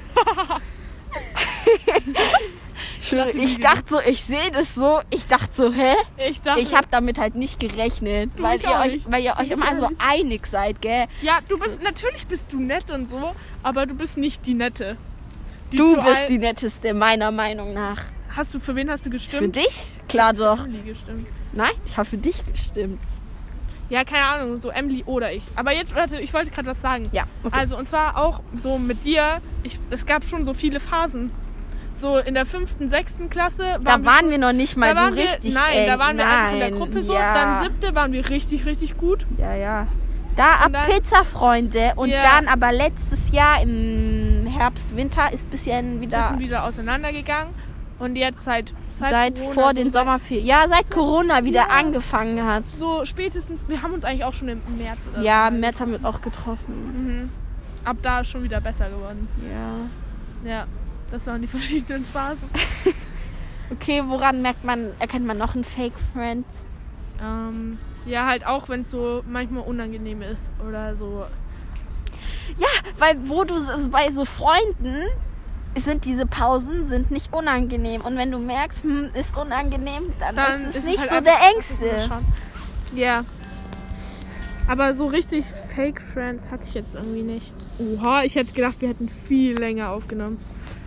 Ich, hatte ich nie dachte so, ich sehe das so. Ich dachte so, hä? Ich dachte. Ich habe damit halt nicht gerechnet, Du, weil ich ihr auch euch, nicht. weil ihr euch Ich immer auch so nicht. einig seid, gell? Ja, du bist, natürlich bist du nett und so, aber du bist nicht die Nette. Die Du zu bist all- die netteste, meiner Meinung nach. Hast du, für wen hast du gestimmt? Für dich? Klar Für doch. Emily gestimmt. Nein, ich habe für dich gestimmt. Ja, keine Ahnung, so Emily oder ich. Aber jetzt, warte, ich wollte gerade was sagen. Ja, okay. Also, und zwar auch so mit dir, ich, es gab schon so viele Phasen. So in der fünften, sechsten Klasse waren da wir waren schon, wir noch nicht mal da so waren wir, richtig Nein, eng. da waren wir einfach in der Nein, Gruppe so. ja. Dann siebte waren wir richtig, richtig gut. Ja, ja. Da ab Und dann- Pizza-Freunde und Ja. dann aber letztes Jahr im Herbst, Winter ist bisschen Wir wieder sind wieder auseinandergegangen. Und jetzt seit, seit, seit Corona, vor so den seit- Sommerferien. Ja, seit Corona wieder Ja. angefangen hat. So spätestens, wir haben uns eigentlich auch schon im März oder Ja, so. im März haben wir auch getroffen. Mhm. Ab da ist schon wieder besser geworden. Ja. Ja, das waren die verschiedenen Phasen. Okay, woran merkt man, erkennt man noch einen Fake-Friend? ähm, ja, halt auch, wenn es so manchmal unangenehm ist oder so. Ja, weil wo du so- bei so Freunden sind diese Pausen sind nicht unangenehm. Und wenn du merkst, hm, ist unangenehm, dann, Dann ist es ist es nicht halt so einfach- der Ängste. Ja. Aber so richtig Fake Friends hatte ich jetzt irgendwie nicht. Oha, ich hätte gedacht, wir hätten viel länger aufgenommen.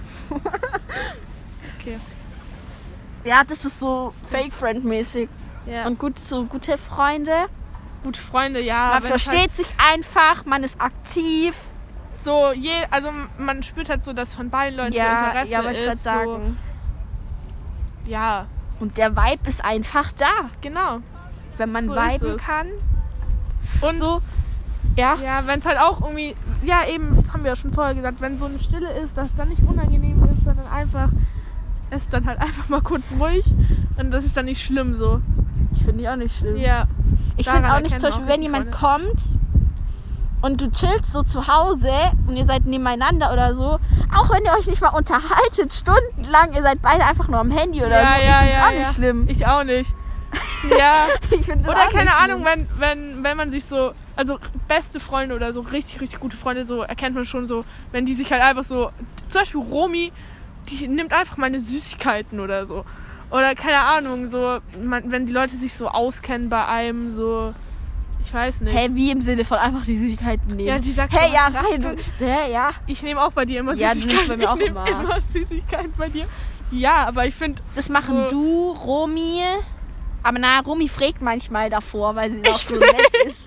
Okay. Ja, das ist so Fake-Friend-mäßig. Ja. Und gut, so gute Freunde. gute Freunde, ja. Man wenn es versteht halt sich einfach, man ist aktiv. so, je, also man spürt halt so, dass von beiden Leuten so Ja, Interesse ja, aber ich würde ist. sagen. So, ja, Und der Vibe ist einfach da, genau. wenn man So ist viben es. kann. Und So, ja. ja, wenn es halt auch irgendwie, ja eben, das haben wir ja schon vorher gesagt, wenn so eine Stille ist, dass es dann nicht unangenehm ist, sondern einfach, es ist dann halt einfach mal kurz ruhig und das ist dann nicht schlimm so. Ich finde ich auch nicht schlimm. Ja. Ich Daran finde auch nicht, erkennen zum Beispiel, auch wenn die jemand Freunde. kommt und du chillst so zu Hause und ihr seid nebeneinander oder so, auch wenn ihr euch nicht mal unterhaltet, stundenlang, ihr seid beide einfach nur am Handy oder ja, so, ja, ich finde es ja, auch ja. nicht schlimm. Ich auch nicht. Ja. Ich find das Oder auch keine nicht Ahnung, schlimm. wenn, wenn, wenn man sich so, also beste Freunde oder so, richtig, richtig gute Freunde, so erkennt man schon so, wenn die sich halt einfach so, zum Beispiel Romy, die nimmt einfach meine Süßigkeiten oder so. Oder keine Ahnung, so, man, wenn die Leute sich so auskennen bei einem, so, ich weiß nicht. Hä, wie im Sinne von einfach die Süßigkeiten nehmen? Ja, die sagt Hey, so, ja, was rein, du, hä, ja. ich nehme auch bei dir immer Ja, du Süßigkeiten. nimmst bei mir auch ich nehme immer. immer Süßigkeiten bei dir. Ja, aber ich finde, Das machen so, du, Romy. Aber na, Romy fragt manchmal davor, weil sie auch Echt? so nett ist.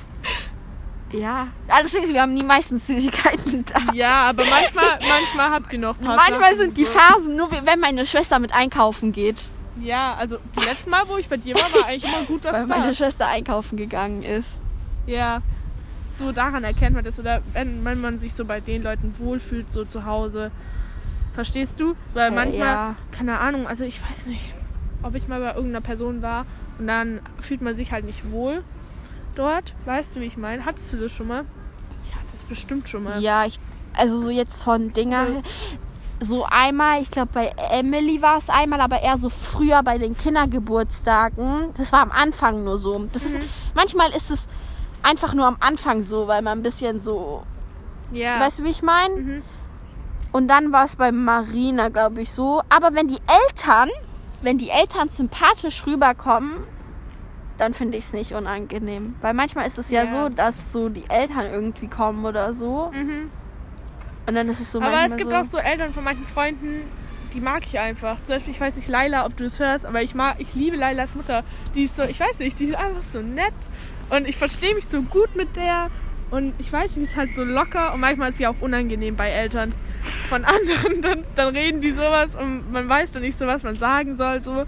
Ja. Allerdings, wir haben nie meistens Süßigkeiten da. ja, aber manchmal, manchmal habt ihr noch ein paar Manchmal Sachen, sind die so. Phasen nur, wenn meine Schwester mit einkaufen geht. Ja, also die letzten Mal, wo ich bei dir war, war eigentlich immer gut was Weil da. meine Schwester einkaufen gegangen ist. Ja, so daran erkennt man das. Oder wenn, wenn man sich so bei den Leuten wohlfühlt, so zu Hause. Verstehst du? Weil Äh, manchmal, ja. keine Ahnung, also ich weiß nicht, ob ich mal bei irgendeiner Person war und dann fühlt man sich halt nicht wohl dort. Weißt du, wie ich meine? Hattest du das schon mal? Ich hatte es bestimmt schon mal. Ja, ich, also so jetzt von Dinger. Ja. So einmal, ich glaube bei Emily war es einmal, aber eher so früher bei den Kindergeburtstagen. Das war am Anfang nur so. Das Mhm. ist, manchmal ist es einfach nur am Anfang so, weil man ein bisschen so, Ja. weißt du, wie ich meine? Mhm. Und dann war es bei Marina, glaube ich, so. Aber wenn die Eltern, wenn die Eltern sympathisch rüberkommen, dann finde ich es nicht unangenehm. Weil manchmal ist es ja, Ja. so, dass so die Eltern irgendwie kommen oder so. Mhm. Und dann ist es so Aber manchmal es gibt so, auch so Eltern von manchen Freunden, die mag ich einfach. Zum Beispiel, ich weiß nicht, Laila, ob du das hörst, aber ich mag, ich liebe Lailas Mutter. Die ist so, ich weiß nicht, die ist einfach so nett. Und ich verstehe mich so gut mit der. Und ich weiß nicht, ist halt so locker. Und manchmal ist sie auch unangenehm bei Eltern von anderen. Dann, dann reden die sowas und man weiß dann nicht so, was man sagen soll. So.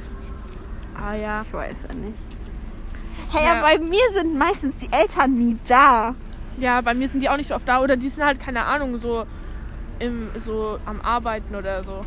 Ah ja. Ich weiß ja nicht. Hey, Ja. aber bei mir sind meistens die Eltern nie da. Ja, bei mir sind die auch nicht so oft da. Oder die sind halt, keine Ahnung, so, im, so am Arbeiten oder so.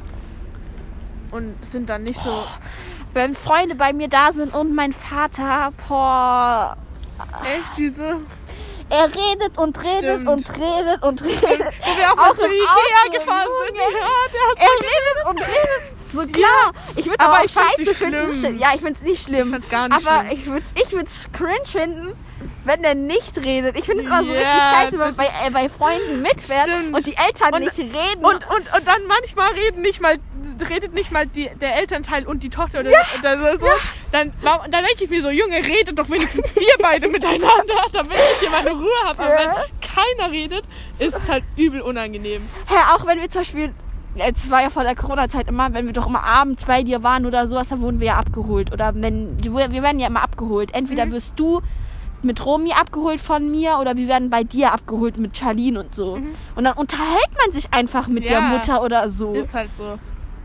Und sind dann nicht so... Wenn Freunde bei mir da sind und mein Vater, boah, Echt, diese... er redet und redet Stimmt. und redet und redet. Wo wir auch mal Auch zu im Ikea Auto, gefahren sind. Junge. Ja, der hat Er redet und redet. So klar. Ich würde aber aber ich find's scheiße nicht finden. schlimm. Ja, ich find's nicht schlimm. Ich find's gar nicht aber schlimm. ich würde ich würd's cringe finden, wenn der nicht redet. Ich finde es immer so Ja, richtig scheiße, wenn das man bei, äh, bei Freunden mitfährt Stimmt. und die Eltern Und- nicht reden. Und, und, und dann manchmal reden nicht mal, redet nicht mal die, der Elternteil und die Tochter oder, Ja, oder so. so. Dann, warum- dann denke ich mir so, Junge, redet doch wenigstens ihr beide miteinander, damit ich hier meine Ruhe habe. Aber Ja. wenn keiner redet, ist es halt übel unangenehm. Hä, auch wenn wir zum Beispiel, es war ja vor der Corona-Zeit immer, wenn wir doch immer abends bei dir waren oder sowas, dann wurden wir ja abgeholt. Oder wenn, wir wir werden ja immer abgeholt. Entweder Mhm. wirst du mit Romy abgeholt von mir oder wir werden bei dir abgeholt mit Charlene und so. Mhm. Und dann unterhält man sich einfach mit Ja. der Mutter oder so. Ist halt so.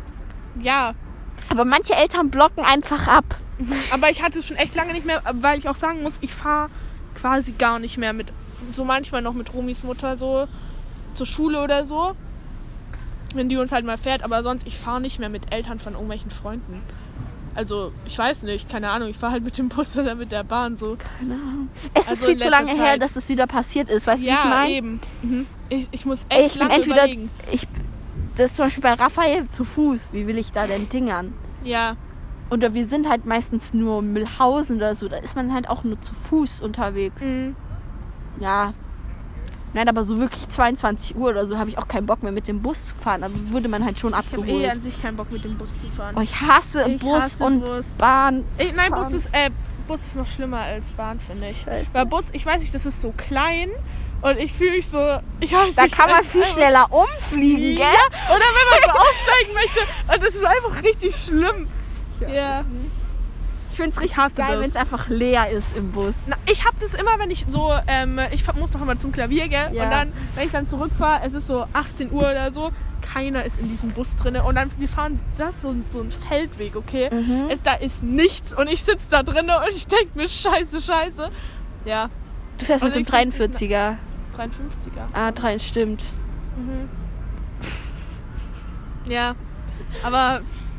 Ja, Aber manche Eltern blocken einfach ab. aber ich hatte es schon echt lange nicht mehr, weil ich auch sagen muss, ich fahre quasi gar nicht mehr mit, so manchmal noch mit Romis Mutter so zur Schule oder so, wenn die uns halt mal fährt, aber sonst, ich fahre nicht mehr mit Eltern von irgendwelchen Freunden. Also, ich weiß nicht, keine Ahnung, ich fahre halt mit dem Bus oder mit der Bahn so. Keine Ahnung. Es Also ist viel in zu letzter lange her, Zeit. dass es wieder passiert ist. Weißt du, wie ich Ja, meine? eben. Mhm. Ich, ich muss echt Ich bin lange entweder, überlegen. ich, das ist zum Beispiel bei Raphael zu Fuß. Wie will ich da denn dingern? Ja, Oder wir sind halt meistens nur in Mühlhausen oder so. Da ist man halt auch nur zu Fuß unterwegs. mhm. Ja. Nein, aber so wirklich zweiundzwanzig Uhr oder so habe ich auch keinen Bock mehr mit dem Bus zu fahren. Da würde man halt schon Ich habe abgeholt. eh an sich keinen Bock mit dem Bus zu fahren. Oh, ich hasse Ich Bus hasse und Bus. Bahn. Ich, nein, fahren. Bus ist, äh, Bus ist noch schlimmer als Bahn, finde ich. Scheiße. Weil Bus, ich weiß nicht, das ist so klein und ich fühle mich so, ich weiß Da nicht. kann man es ist viel einfach- schneller umfliegen, Ja, gell? oder wenn man so aussteigen möchte und das ist einfach richtig schlimm. Ja. Ich finde es richtig hasse geil, das. wenn es einfach leer ist im Bus. Na, ich habe das immer, wenn ich so, ähm, ich muss doch immer zum Klavier, gell? Ja. Und dann, wenn ich dann zurückfahre, es ist so achtzehn Uhr oder so, keiner ist in diesem Bus drin. Und dann, wir fahren, das ist so, ein- so ein Feldweg, okay? Mhm. Es, da ist nichts und ich sitze da drin und ich denke mir, scheiße, scheiße. Ja, Du fährst mit Also so ich einem find's nicht dreiundvierziger. dreiundfünfziger. Ah, drei, stimmt. Mhm. Ja, aber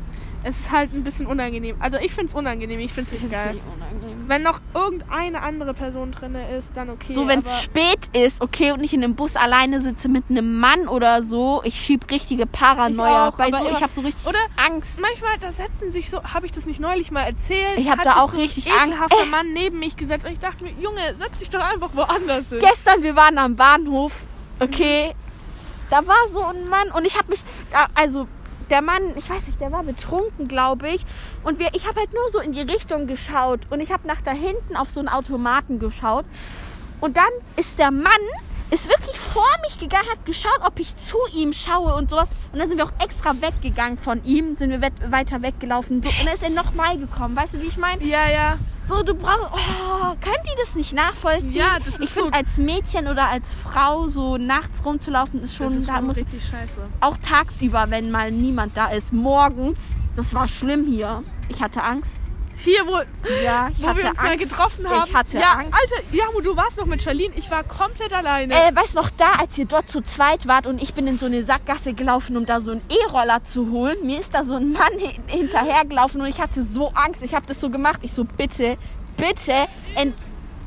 es ist halt ein bisschen unangenehm. Also ich finde es unangenehm, ich finde es nicht geil. Unangenehm. Wenn noch irgendeine andere Person drin ist, dann okay. So, wenn es spät ist, okay, und ich in einem Bus alleine sitze mit einem Mann oder so, ich schieb richtige Paranoia. Ich auch, Bei aber so, immer- ich habe so richtig oder Angst. Manchmal, da setzen sich so, habe ich das nicht neulich mal erzählt? Ich hab hat da sich auch so ein richtig Angst. ekelhafter Äh. Mann neben mich gesetzt und ich dachte mir, Junge, setz dich doch einfach woanders hin. Gestern, wir waren am Bahnhof, okay, mhm. da war so ein Mann und ich habe mich, also der Mann, ich weiß nicht, der war betrunken, glaube ich, und wir, ich habe halt nur so in die Richtung geschaut und ich habe nach da hinten auf so einen Automaten geschaut und dann ist der Mann, ist wirklich vor mich gegangen, hat geschaut, ob ich zu ihm schaue und sowas und dann sind wir auch extra weggegangen von ihm, sind wir wet- weiter weggelaufen so, und dann ist er nochmal gekommen, weißt du, wie ich meine? Ja, ja. So, du brauchst... Oh, können die das nicht nachvollziehen? Ja, das ist ich so... finde, als Mädchen oder als Frau so nachts rumzulaufen, ist schon... das ist da schon muss, richtig scheiße. auch tagsüber, wenn mal niemand da ist. Morgens, das war schlimm hier. Ich hatte Angst. Hier, wo, Ja, ich wo hatte wir uns Angst. mal getroffen haben. Ich hatte ja, Angst. Alter, ja, wo du warst noch mit Charlene. Ich war komplett alleine. Äh, weißt du noch, da, als ihr dort zu zweit wart und ich bin in so eine Sackgasse gelaufen, um da so einen E-Roller zu holen, mir ist da so ein Mann hin- hinterhergelaufen und ich hatte so Angst. Ich habe das so gemacht. Ich so, bitte, bitte, ent-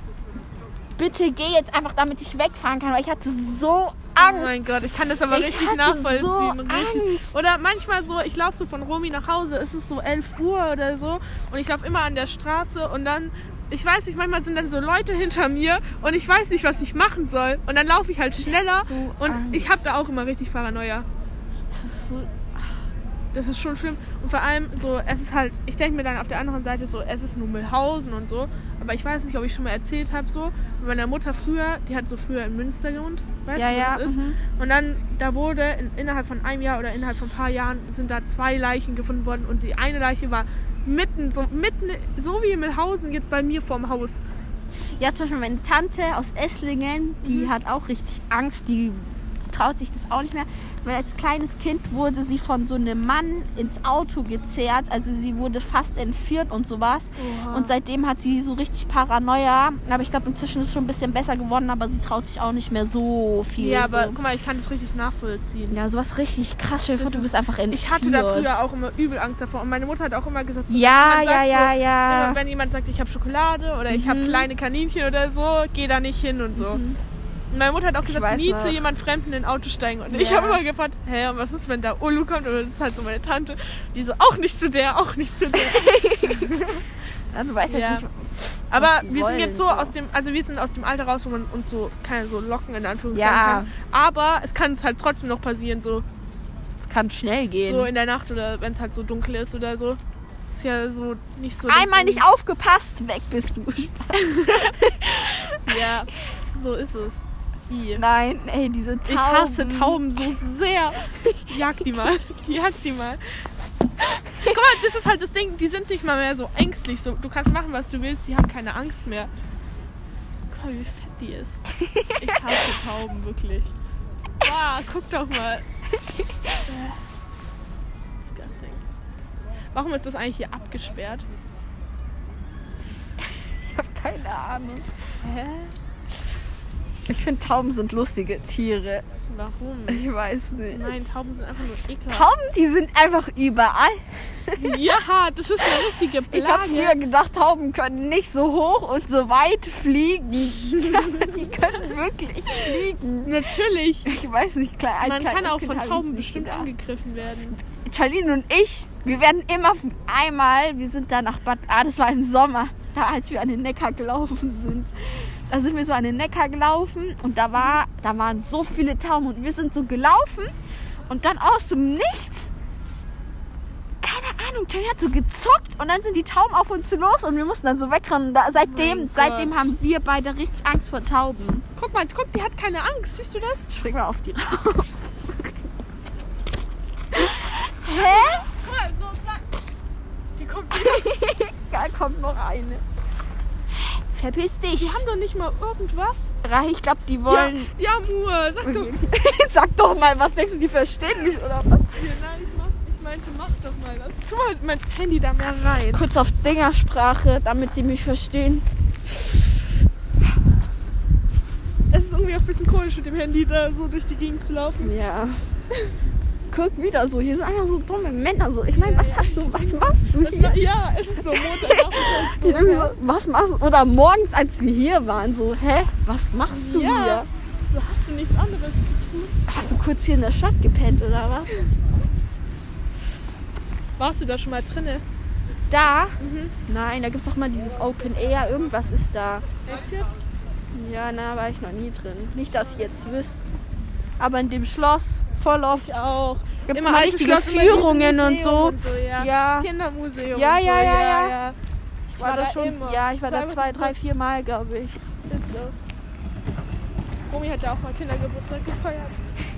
bitte geh jetzt einfach, damit ich wegfahren kann, weil ich hatte so Angst. Oh mein Gott, ich kann das aber Ich richtig hatte nachvollziehen. so richtig. Angst. Oder manchmal so, ich laufe so von Romy nach Hause, es ist so elf Uhr oder so und ich laufe immer an der Straße und dann, ich weiß nicht, manchmal sind dann so Leute hinter mir und ich weiß nicht, was ich machen soll und dann laufe ich halt schneller so und Angst. ich habe da auch immer richtig Paranoia. Das ist so... Das ist schon schlimm. Und vor allem so, es ist halt, ich denke mir dann auf der anderen Seite so, es ist nur Mühlhausen und so. Aber ich weiß nicht, ob ich schon mal erzählt habe, so, mit meiner Mutter früher, die hat so früher in Münster gewohnt, weißt Ja, du, wo ja, das ist? mhm. Und dann, da wurde in, innerhalb von einem Jahr oder innerhalb von ein paar Jahren sind da zwei Leichen gefunden worden und die eine Leiche war mitten, so mitten, so wie in Mühlhausen jetzt bei mir vorm Haus. Ja, zum Beispiel meine Tante aus Esslingen, die Mhm. hat auch richtig Angst, die, die traut sich das auch nicht mehr, weil als kleines Kind wurde sie von so einem Mann ins Auto gezerrt, also sie wurde fast entführt und sowas. Oha. Und seitdem hat sie so richtig Paranoia, aber ich glaube inzwischen ist es schon ein bisschen besser geworden, aber sie traut sich auch nicht mehr so viel. Ja, aber so. guck mal, ich kann das richtig nachvollziehen. Ja, sowas richtig krass, stell dir vor, du bist einfach entführt. Ich hatte da früher auch immer übel Angst davor und meine Mutter hat auch immer gesagt, so, Ja, wenn jemand ja, sagt, ja, so, ja. immer, wenn jemand sagt, ich habe Schokolade oder ich habe Mhm. kleine Kaninchen oder so, geh da nicht hin und so. Mhm. Und meine Mutter hat auch Ich gesagt, weiß nie noch. zu jemand Fremden in ein Auto steigen. Und ich Ja. habe immer gefragt, hä, und was ist, wenn da Ulu kommt? Und das ist halt so meine Tante, die so, auch nicht zu der, auch nicht zu der. Ja, du weißt ja, Ja. nicht, Aber die wir wollen, sind jetzt so, so. aus dem, also wir sind aus dem Alter raus, wo man uns so keine so locken in Anführungszeichen Ja. kann. Aber es kann es halt trotzdem noch passieren, so, es kann schnell gehen. so in der Nacht oder wenn es halt so dunkel ist oder so. Ist ja so nicht so. Einmal das- nicht aufgepasst, weg bist du. Ja, so ist es. I. Nein, ey, diese Tauben. Ich hasse Tauben so sehr. Jag die mal. Jag die mal. Guck mal, das ist halt das Ding, die sind nicht mal mehr so ängstlich. So, du kannst machen, was du willst, die haben keine Angst mehr. Guck mal, wie fett die ist. Ich hasse Tauben, wirklich. Wow, guck doch mal. Disgusting. Warum ist das eigentlich hier abgesperrt? Ich habe keine Ahnung. Hä? Ich finde, Tauben sind lustige Tiere. Warum? Ich weiß nicht. Nein, Tauben sind einfach nur ekelhaft. Tauben, die sind einfach überall. Ja, das ist eine richtige Plage. Ich habe früher gedacht, Tauben können nicht so hoch und so weit fliegen. Aber die können wirklich fliegen. Natürlich. Ich weiß nicht, klar. als Man kann kleines auch Kind von hab ich's Tauben nicht bestimmt gedacht. angegriffen werden. Charlene und ich, wir werden immer einmal, wir sind da nach Bad, ah, das war im Sommer, da als wir an den Neckar gelaufen sind. Da sind wir so an den Neckar gelaufen und da war, da waren so viele Tauben und wir sind so gelaufen und dann aus dem Nichts, keine Ahnung, Charlene hat so gezockt und dann sind die Tauben auf uns los und wir mussten dann so wegrennen. Da, seitdem, Mein seitdem Gott. haben wir beide richtig Angst vor Tauben. Guck mal, guck, die hat keine Angst. Siehst du das? Spring mal auf die rauf. Hä? Guck mal, so, zack. Die kommt wieder. Da kommt noch eine. Verpiss dich. Die haben doch nicht mal irgendwas. Rahi, ich glaube, die Ja, wollen... ja, Mua, sag doch. Sag doch mal, was denkst du, die verstehen mich oder was? Hier, nein, ich, mach, ich meinte, mach doch mal was. Guck mal, mein Handy da mehr rein. Kurz auf Dingersprache, damit die mich verstehen. Es ist irgendwie auch ein bisschen komisch mit dem Handy da so durch die Gegend zu laufen. Ja. guck wieder so, hier sind einfach so dumme Männer. So. Ich meine, was hast du, was machst du Das hier? war, ja, es ist so Montag. Die irgendwie so, was machst du? Oder morgens, als wir hier waren, so, hä, was machst du Ja. hier? So hast du nichts anderes zu tun. Hast du kurz hier in der Stadt gepennt oder was? Warst du da schon mal drinne? Da? Mhm. Nein, da gibt's doch mal dieses Open Air, irgendwas ist da. Echt jetzt? Ja, na, war ich noch nie drin. Nicht, dass ich jetzt wüsste. Aber in dem Schloss, voll oft, Auch. gibt's Immer mal alte richtige Schloss, immer dieses Führungen und Museum so. und so ja. Ja. Kindermuseum Ja, und so. ja, ja, ja, ja. Ich war, war da da schon, immer. ja, ich war Das da ist zwei, einfach drei, gut. vier Mal, glaube ich. Ist so. Romy hat ja auch mal Kindergeburtstag gefeiert.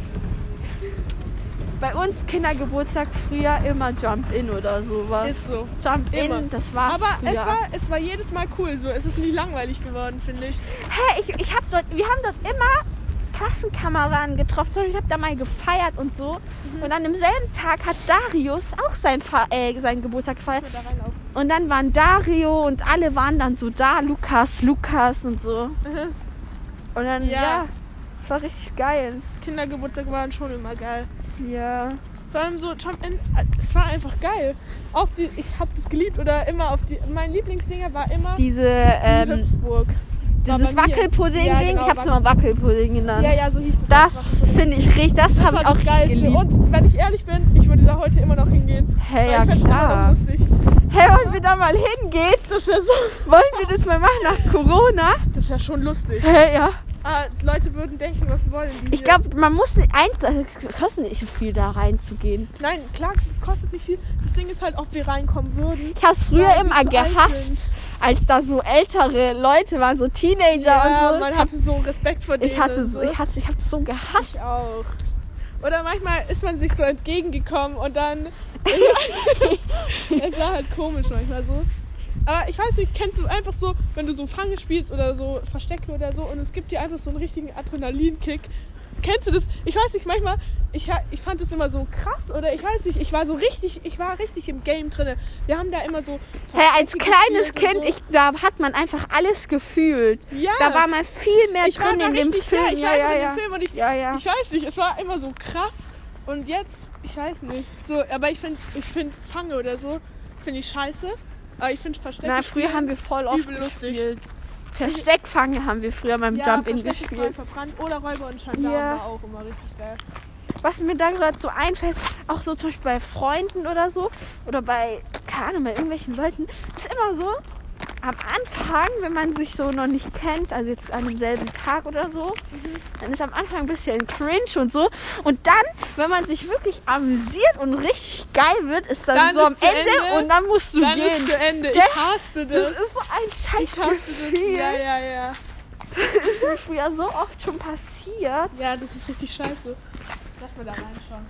Bei uns Kindergeburtstag früher immer Jump-In oder sowas. Ist so. Jump-In, Immer. das war's Aber früher. es war, es war jedes Mal cool. So. Es ist nie langweilig geworden, finde ich. Hä, ich, ich hab dort, wir haben dort immer Klassenkameraden getroffen. Ich habe da mal gefeiert und so. Mhm. Und an demselben Tag hat Darius auch sein, Fa- äh, seinen Geburtstag gefeiert. Da reinlaufen. Und dann waren Dario und alle waren dann so da. Lukas, Lukas und so. Mhm. Und dann, Ja. ja, es war richtig geil. Kindergeburtstag waren schon immer geil. Ja. Vor allem so Jump-In, es war einfach geil. Auch die, ich habe das geliebt oder immer auf die. Mein Lieblingsdinger war immer Diese, die ähm, Hüpfburg. dieses bei mir. Wackelpudding-Ding, Ja, genau, ich hab's immer Wackelpudding genannt. Ja, ja, so hieß es. Das finde ich richtig, das, das habe war ich auch das richtig Geilste. geliebt. Und wenn ich ehrlich bin, ich würde da heute immer noch hingehen. Hey, Weil ja ich find's immer klar. noch lustig. Hey, wollen wir da mal hingehen? Das wäre so. Wollen wir das mal machen nach Corona? Das wäre schon lustig. Hey, ja. Ah, Leute würden denken, was sie wollen. die Ich hier- glaube, man muss nicht, ein, es kostet nicht so viel da reinzugehen. Nein, klar, das kostet nicht viel. Das Ding ist halt, ob wir reinkommen würden. Ich habe es früher Weil wir immer zu alt gehasst, als da so ältere Leute waren, so Teenager Ja, und so. man ich, hab, hatte so Respekt vor denen. ich hatte und so, ich hatte, ich habe so gehasst. Ich auch. Oder manchmal ist man sich so entgegengekommen und dann. Es war halt komisch manchmal so. Aber ich weiß nicht, kennst du einfach so, wenn du so Fange spielst oder so Verstecke oder so und es gibt dir einfach so einen richtigen Adrenalinkick. Kennst du das? Ich weiß nicht, manchmal, ich, ha- ich fand das immer so krass oder ich weiß nicht, ich war so richtig, ich war richtig im Game drin. Wir haben da immer so. Hey, als Verstecke kleines gespielt und Kind, ich, da hat man einfach alles gefühlt. Ja. Da war man viel mehr ich war drin da in dem richtig, Film. Ja, ich war einfach in dem Film und ich, Ja, ja. ich weiß nicht, es war immer so krass und jetzt, ich weiß nicht. So, aber ich finde, ich finde Fange oder so, finde ich scheiße. Aber ich finde Verstecke. Na, früher haben wir voll oft übel lustig. gespielt. Versteckfange haben wir früher beim ja, Jump-In Verstecke gespielt. voll verbrannt oder Räuber und Gendarm Ja. war auch immer richtig geil. Was mir da gerade so einfällt, auch so zum Beispiel bei Freunden oder so, oder bei, keine Ahnung, bei irgendwelchen Leuten, ist immer so, am Anfang, wenn man sich so noch nicht kennt, also jetzt an demselben Tag oder so, Mhm. dann ist am Anfang ein bisschen cringe und so. Und dann, wenn man sich wirklich amüsiert und richtig geil wird, ist dann, Dann so am ist zu Ende, Ende. und dann musst du Dann gehen. ist zu Ende. Gell? Ich hasste das. Das ist so ein ich scheiß hasste das. Gefühl. Ja, ja, ja. Das ist mir früher so oft schon passiert. Ja, das ist richtig scheiße. Lass mal da reinschauen.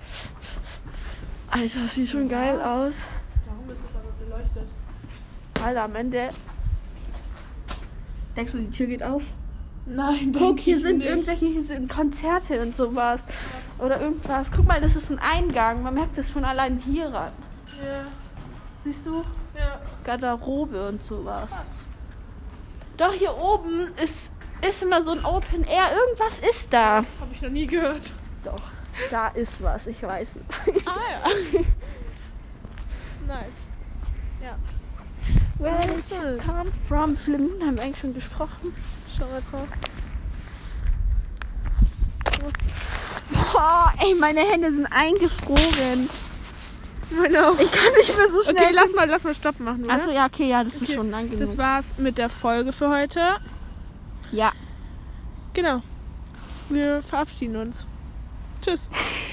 Alter, das sieht schon geil aus. Warum ist das aber beleuchtet? Alter, am Ende. Denkst du, die Tür geht auf? Nein, Guck, denk hier ich sind nicht. irgendwelche hier sind Konzerte und sowas. Oder irgendwas. Guck mal, das ist ein Eingang. Man merkt das schon allein hier ran. Ja, Siehst du? ja. Garderobe und sowas. Doch, hier oben ist, ist immer so ein Open Air. Irgendwas ist da. Hab ich noch nie gehört. Doch, da ist was. Ich weiß es. Ah ja. Nice. Ja. Where So did ist you es. come from? Flamin haben wir eigentlich schon gesprochen. Schau mal drauf. Boah, ey, meine Hände sind eingefroren. Ich kann nicht mehr so schnell. Okay, lass mal, lass mal Stopp machen, oder? Achso, ja, okay, ja, das ist Okay, schon lang genug. Das war's mit der Folge für heute. Ja. Genau. Wir verabschieden uns. Tschüss.